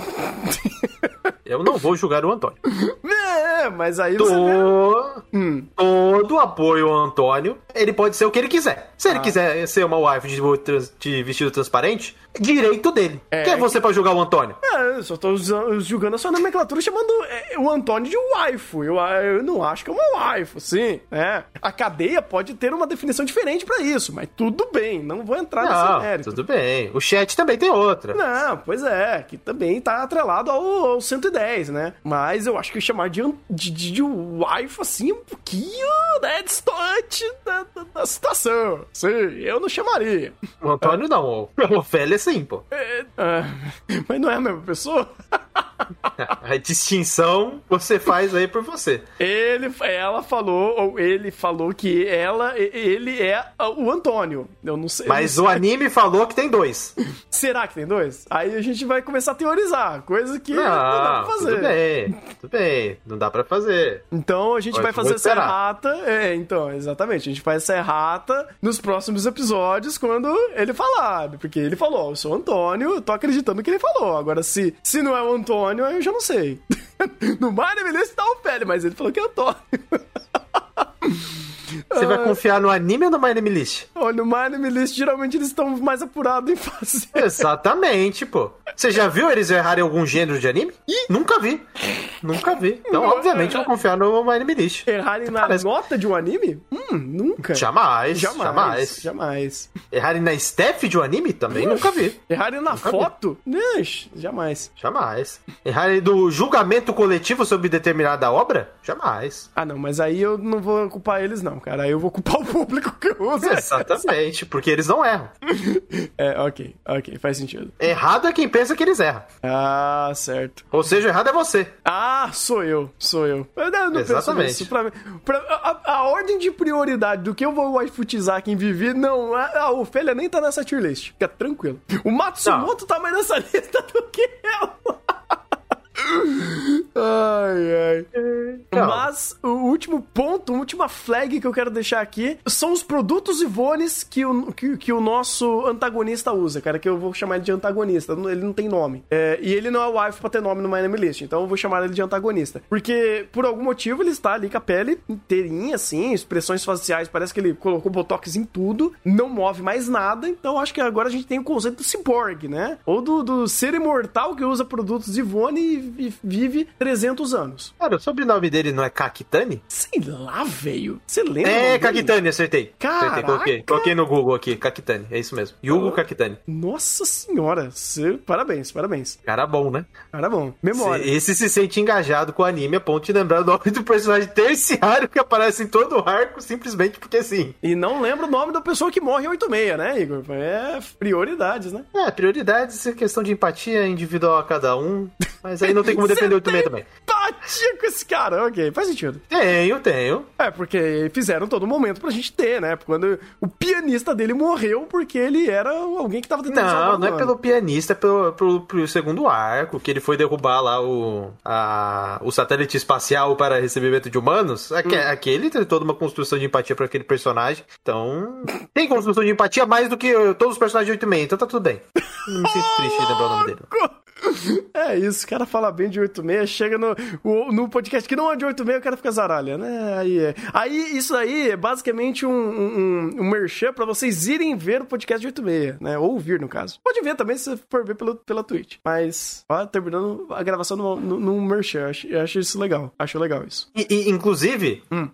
Eu não vou julgar o Antônio. É, mas aí Tô... você vê... hum. Todo apoio ao Antônio. Ele pode ser o que ele quiser. Se ele ah. quiser ser uma wife de, de vestido transparente, direito dele. É, Quem é você que... pra julgar o Antônio? É, eu só tô julgando a sua nomenclatura chamando o Antônio de waifu. Eu, eu não acho que é uma waifu, sim. É. A cadeia pode ter uma definição diferente pra isso, mas tudo bem. Não vou entrar não, nesse mérito. Tudo bem. O chat também tem outra. Não, pois é. Que também tá atrelado ao, ao cento e dez, né? Mas eu acho que chamar de, de, de, de waifu assim um pouquinho, né, distante da, da, da situação. Sim, eu não chamaria. O Antônio é. não. O Ofélia é sim, pô. É, é, mas não é a mesma pessoa? A distinção você faz aí por você. Ele, ela falou, ou ele falou que ela, ele é o Antônio. Eu não sei. Mas não o sei. anime falou que tem dois. Será que tem dois? Aí a gente vai começar a teorizar, coisa que não, não dá pra fazer. Tudo bem, tudo bem, não dá pra fazer. Então a gente Pode vai fazer essa errata. É, então, exatamente. A gente faz essa errata nos próximos episódios quando ele falar. Porque ele falou, eu sou o Antônio, eu tô acreditando no que ele falou. Agora, se, se não é o Antônio, eu já não sei. No Mario Melissa tá o Félix, mas ele falou que é Antônio. Você vai confiar no anime ou no My Name List? Olha, no My Name List, geralmente eles estão mais apurados em fazer. Exatamente, pô. Você já viu eles errarem algum gênero de anime? Ih, nunca vi. Nunca vi. Então, não, obviamente, eu vou confiar no My Name List. Errarem na Parece... nota de um anime? Hum, nunca. Jamais. Jamais. Jamais. Jamais. Errarem na staff de um anime? Também nunca vi. Errarem na nunca foto? Ixi, jamais. Jamais. Errarem do julgamento coletivo sobre determinada obra? Jamais. Ah, não, mas aí eu não vou culpar eles, não, cara. Aí eu vou culpar o público que usa. Exatamente, porque eles não erram. É, ok, ok, faz sentido. Errado é quem pensa que eles erram. Ah, certo. Ou seja, errado é você. Ah, sou eu, sou eu. Eu não, não Exatamente. penso nisso. Pra, pra, a, a ordem de prioridade do que eu vou waifutizar quem vive, não, a, a Ofélia nem tá nessa tier list. Fica tranquilo. O Matsumoto não. tá mais nessa lista do que ela. Ai, ai. Não. Mas o último ponto, a última flag que eu quero deixar aqui são os produtos Ivones que o, que, que o nosso antagonista usa, cara, que eu vou chamar ele de antagonista, ele não tem nome. É, e ele não é wife pra ter nome no My Name List, então eu vou chamar ele de antagonista. Porque, por algum motivo, ele está ali com a pele inteirinha, assim, expressões faciais, parece que ele colocou botox em tudo, não move mais nada, então acho que agora a gente tem o conceito do cyborg, né? Ou do, do ser imortal que usa produtos Ivone e e vive trezentos anos. Cara, o sobrenome dele não é Kakitani? Sei lá, velho. Você lembra? É, Kakitani, acertei. Caraca. Acertei, coloquei. Coloquei no Google aqui, Kakitani, é isso mesmo. Yugo oh. Kakitani. Nossa senhora, cê... parabéns, parabéns. Cara bom, né? Cara bom. Memória. Esse se sente engajado com o anime a ponto de lembrar o nome do personagem terciário que aparece em todo o arco, simplesmente porque sim. E não lembra o nome da pessoa que morre em oito e seis, né, Igor? É prioridades, né? É, prioridades é questão de empatia individual a cada um, mas aí não tem como defender o oito e seis também. Empatia com esse cara, ok, faz sentido. Tenho, tenho. É, porque fizeram todo momento pra gente ter, né? Quando o pianista dele morreu porque ele era alguém que tava tentando salvar. Não, não é pelo pianista, é pelo, pelo, pelo segundo arco, que ele foi derrubar lá o, a, o satélite espacial para recebimento de humanos. Aque, hum. Aquele tem toda uma construção de empatia pra aquele personagem. Então, tem construção de empatia mais do que todos os personagens de oito e seis, então tá tudo bem. Não me sinto triste de lembrar o nome dele. É isso, o cara fala bem de oito seis, chega no, no podcast que não é de oito seis, o cara fica zaralhando, né? Aí, é. aí isso aí é basicamente um, um, um merchan pra vocês irem ver o podcast de oito seis, né? Ou ouvir, no caso. Pode ver também se for ver pelo, pela Twitch. Mas, ó, terminando a gravação num no, no, no merchan, eu acho, eu acho isso legal. Acho legal isso. E, e inclusive, hum.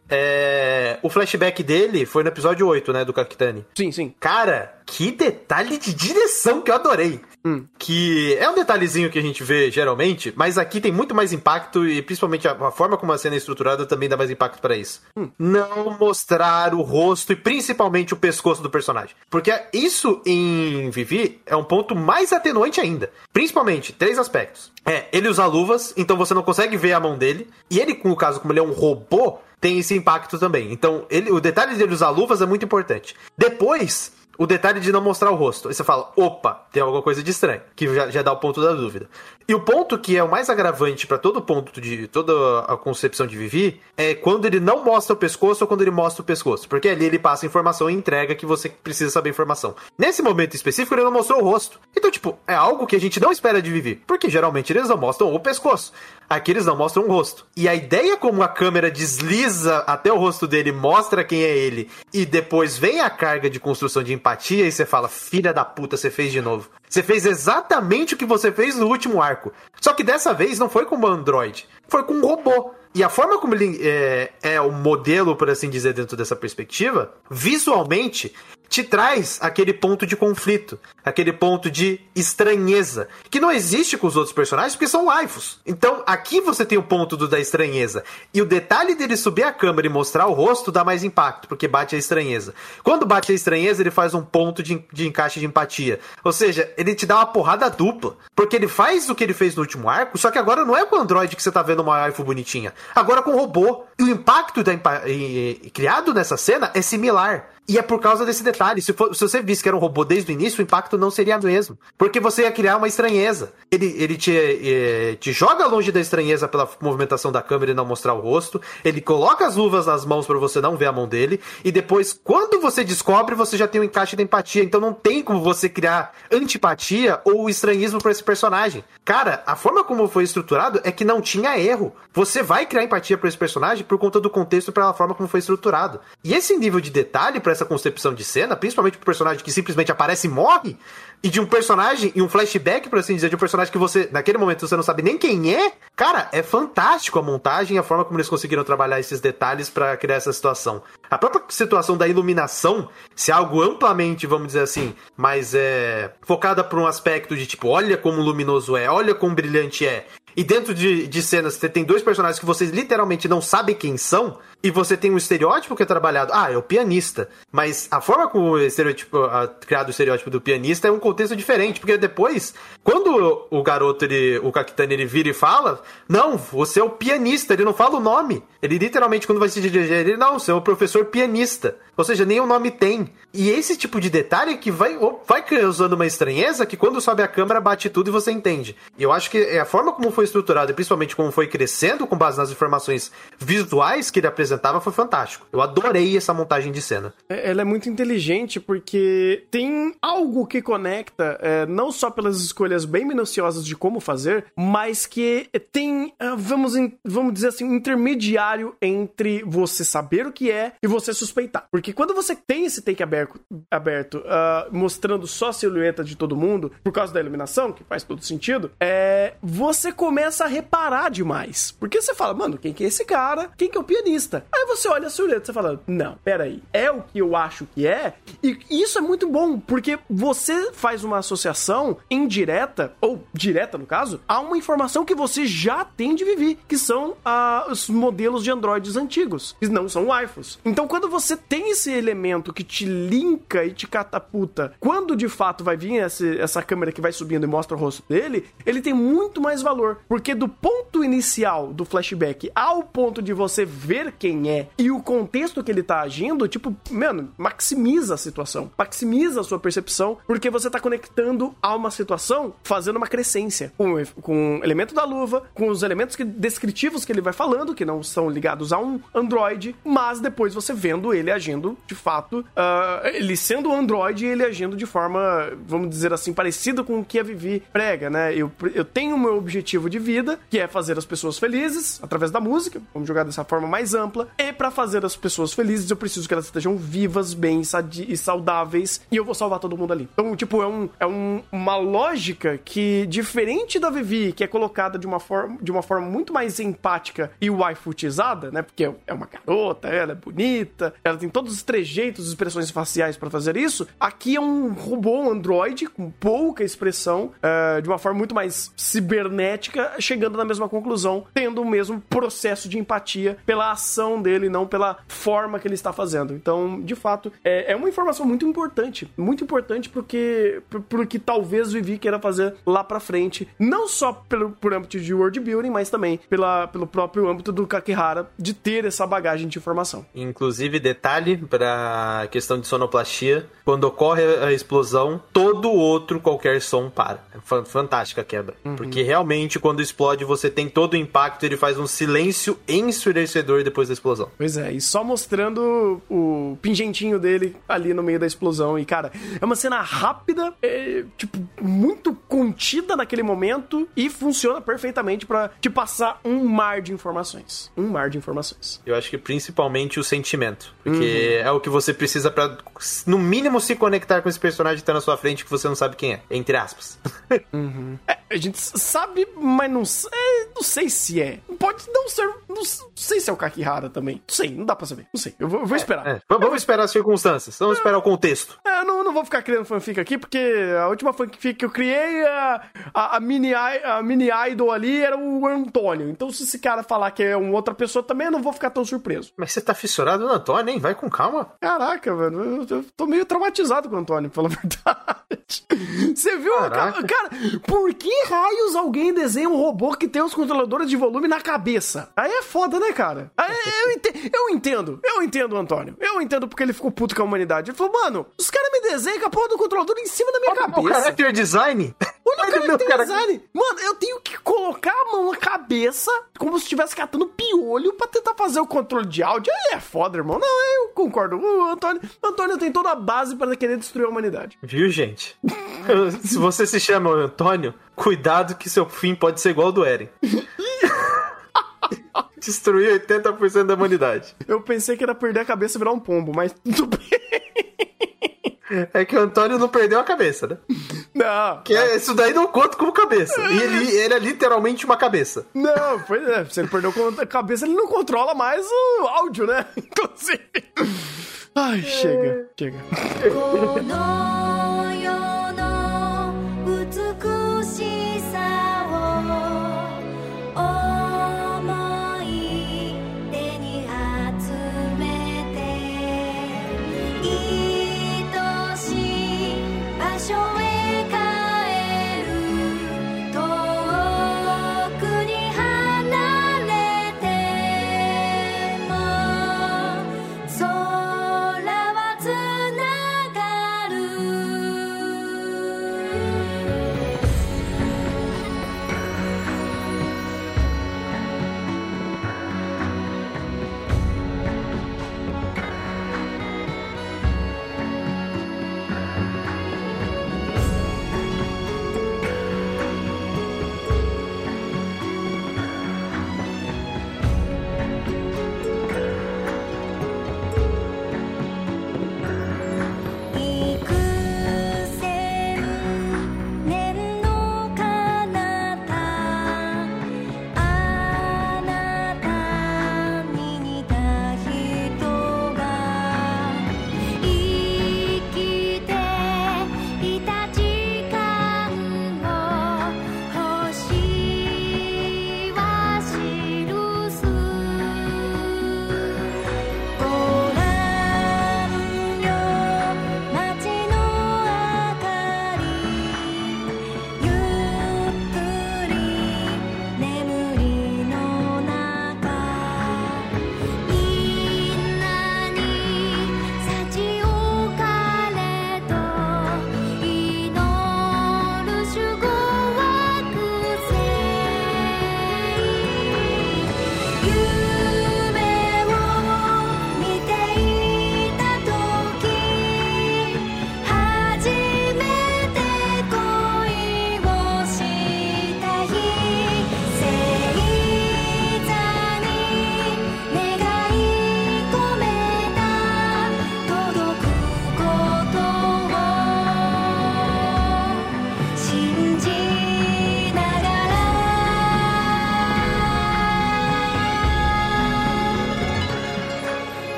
é, o flashback dele foi no episódio oito, né, do Kakitani. Sim, sim. Cara, que detalhe de direção que eu adorei. Hum. Que é um detalhezinho que a gente vê geralmente, mas aqui tem muito mais impacto e principalmente a, a forma como a cena é estruturada também dá mais impacto pra isso. Hum. Não mostrar o rosto e principalmente o pescoço do personagem. Porque isso em Vivi é um ponto mais atenuante ainda. Principalmente, três aspectos. É, ele usa luvas, então você não consegue ver a mão dele. E ele, no caso, como ele é um robô, tem esse impacto também. Então, ele, o detalhe dele usar luvas é muito importante. Depois, o detalhe de não mostrar o rosto. Aí você fala, opa, tem alguma coisa de estranho, que já, já dá o ponto da dúvida. E o ponto que é o mais agravante pra todo ponto de toda a concepção de Vivi é quando ele não mostra o pescoço ou quando ele mostra o pescoço. Porque ali ele passa informação e entrega que você precisa saber a informação. Nesse momento específico, ele não mostrou o rosto. Então, tipo, é algo que a gente não espera de Vivi. Porque geralmente eles não mostram o pescoço. Aqui eles não mostram o rosto. E a ideia como a câmera desliza até o rosto dele, mostra quem é ele, e depois vem a carga de construção de empatia, e você fala, filha da puta, você fez de novo. Você fez exatamente o que você fez no último arco. Só que dessa vez não foi com um androide, foi com um robô. E a forma como ele é, é o modelo, por assim dizer, dentro dessa perspectiva, visualmente, te traz aquele ponto de conflito, aquele ponto de estranheza, que não existe com os outros personagens, porque são waifus. Então, aqui você tem o ponto do, da estranheza. E o detalhe dele subir a câmera e mostrar o rosto dá mais impacto, porque bate a estranheza. Quando bate a estranheza, ele faz um ponto de, de encaixe de empatia. Ou seja, ele te dá uma porrada dupla, porque ele faz o que ele fez no último arco, só que agora não é com o Android que você tá vendo uma waifu bonitinha. Agora com o robô. E o impacto da, e, e, criado nessa cena é similar. E é por causa desse detalhe. Se, for, se você visse que era um robô desde o início, o impacto não seria o mesmo. Porque você ia criar uma estranheza. Ele, ele te, eh, te joga longe da estranheza pela movimentação da câmera e não mostrar o rosto. Ele coloca as luvas nas mãos pra você não ver a mão dele. E depois, quando você descobre, você já tem o encaixe da empatia. Então não tem como você criar antipatia ou estranhismo pra esse personagem. Cara, a forma como foi estruturado é que não tinha erro. Você vai criar empatia pra esse personagem por conta do contexto e pela forma como foi estruturado. E esse nível de detalhe pra essa concepção de cena, principalmente pro personagem que simplesmente aparece e morre, e de um personagem, e um flashback, por assim dizer, de um personagem que você, naquele momento, você não sabe nem quem é, cara, é fantástico a montagem e a forma como eles conseguiram trabalhar esses detalhes pra criar essa situação. A própria situação da iluminação, se é algo amplamente, vamos dizer assim, mas é focada por um aspecto de tipo, olha como luminoso é, olha como brilhante é, e dentro de, de cenas você tem dois personagens que vocês literalmente não sabem quem são, e você tem um estereótipo que é trabalhado, ah, é o pianista, mas a forma como o estereótipo, a, criado o estereótipo do pianista é um contexto diferente, porque depois, quando o garoto, ele, o Kakitani, ele vira e fala, não, você é o pianista, ele não fala o nome, ele literalmente quando vai se dirigir, ele, não, você é o professor pianista, ou seja, nem o nome tem, e esse tipo de detalhe que vai, vai causando uma estranheza que quando sobe a câmera bate tudo e você entende, e eu acho que é a forma como foi estruturado e principalmente como foi crescendo com base nas informações visuais que ele apresentava foi fantástico. Eu adorei essa montagem de cena. Ela é muito inteligente porque tem algo que conecta, é, não só pelas escolhas bem minuciosas de como fazer, mas que tem, vamos, vamos dizer assim, um intermediário entre você saber o que é e você suspeitar. Porque quando você tem esse take aberto, aberto uh, mostrando só a silhueta de todo mundo, por causa da iluminação, que faz todo sentido, é, você começa a reparar demais. Porque você fala, mano, quem que é esse cara? Quem que é o pianista? Aí você olha a silhueta e fala, não, peraí, é o que eu acho que é? E isso é muito bom, porque você faz uma associação indireta, ou direta no caso, a uma informação que você já tem de Vivi, que são ah, os modelos de androides antigos, que não são waifus. Então quando você tem esse elemento que te linka e te catapulta, quando de fato vai vir esse, essa câmera que vai subindo e mostra o rosto dele, ele tem muito mais valor, porque do ponto inicial do flashback ao ponto de você ver quem é e o contexto que ele tá agindo, tipo, mano, maximiza a situação, maximiza a sua percepção, porque você tá conectando a uma situação, fazendo uma crescência, com, com o elemento da luva, com os elementos que, descritivos que ele vai falando, que não são ligados a um androide, mas depois você vendo ele agindo agendo, de fato, uh, ele sendo um Android, ele agindo de forma, vamos dizer assim, parecida com o que a Vivi prega, né? Eu, eu tenho o meu objetivo de vida, que é fazer as pessoas felizes, através da música, vamos jogar dessa forma mais ampla, e pra fazer as pessoas felizes, eu preciso que elas estejam vivas, bem sadi- e saudáveis, e eu vou salvar todo mundo ali. Então, tipo, é, um, é um, uma lógica que, diferente da Vivi, que é colocada de uma forma, de uma forma muito mais empática e waifutizada, né? Porque é uma garota, ela é bonita, ela tem todos os trejeitos, expressões faciais pra fazer isso. Aqui é um robô, um androide, com pouca expressão, uh, de uma forma muito mais cibernética, chegando na mesma conclusão, tendo o mesmo processo de empatia pela ação dele, não pela forma que ele está fazendo. Então, de fato, é, é uma informação muito importante, muito importante porque, porque talvez o Vivi queira fazer lá pra frente, não só pelo, por âmbito de world building, mas também pela, pelo próprio âmbito do Kakihara, de ter essa bagagem de informação. Inclusive, detalhe para questão de sonoplastia, quando ocorre a explosão, todo outro qualquer som para. É fantástica a quebra. Uhum. Porque realmente, quando explode, você tem todo o impacto, ele faz um silêncio ensurdecedor depois da explosão. Pois é, e só mostrando o pingentinho dele ali no meio da explosão. E, cara, é uma cena rápida, é, tipo, muito contida naquele momento e funciona perfeitamente pra te passar um mar de informações. Um mar de informações. Eu acho que principalmente o sentimento. Porque uhum. é o que você precisa pra, no mínimo, se conectar com esse personagem que tá na sua frente que você não sabe quem é. Entre aspas. Uhum. É, a gente sabe, mas não sei, não sei se é. Pode não ser, não sei se é o Kakihara também. Não sei, não dá pra saber. Não sei, eu vou, eu vou é, esperar. É. Vamos vou... esperar as circunstâncias, vamos é. esperar o contexto. É, eu não, não vou ficar criando fanfic aqui, porque a última fanfic que eu criei, a, a, a, mini, a mini idol ali era o Antônio. Então se esse cara falar que é uma outra pessoa também, eu não vou ficar tão surpreso. Mas você tá fissurado no Antônio, hein? Vai com calma. Caraca, velho, eu, eu tô meio traumatizado com o Antônio, pela verdade. Você viu? Cara, cara, por que raios alguém desenha um robô que tem os controladores de volume na cabeça? Aí é foda, né, cara? Aí eu, entendo, eu entendo, eu entendo o Antônio. Eu entendo porque ele ficou puto com a humanidade. Ele falou, mano, os caras me desenham com a porra do controlador em cima da minha Olha cabeça. O character design? Olha o character cara... design. Mano, eu tenho que colocar a mão na cabeça como se estivesse catando piolho pra tentar fazer o controle de áudio. Aí é foda, irmão. Não, eu concordo. O Antônio, o Antônio tem toda a base pra querer destruir a humanidade. Viu, gente? Se você se chama Antônio, cuidado que seu fim pode ser igual ao do Eren. Destruir oitenta por cento da humanidade. Eu pensei que era perder a cabeça e virar um pombo, mas tudo bem. É que o Antônio não perdeu a cabeça, né? Não. Que é, isso daí não conta como cabeça. E ele, ele é literalmente uma cabeça. Não, pois é. Se ele perdeu a cabeça, ele não controla mais o áudio, né? Inclusive. Ai, chega, chega.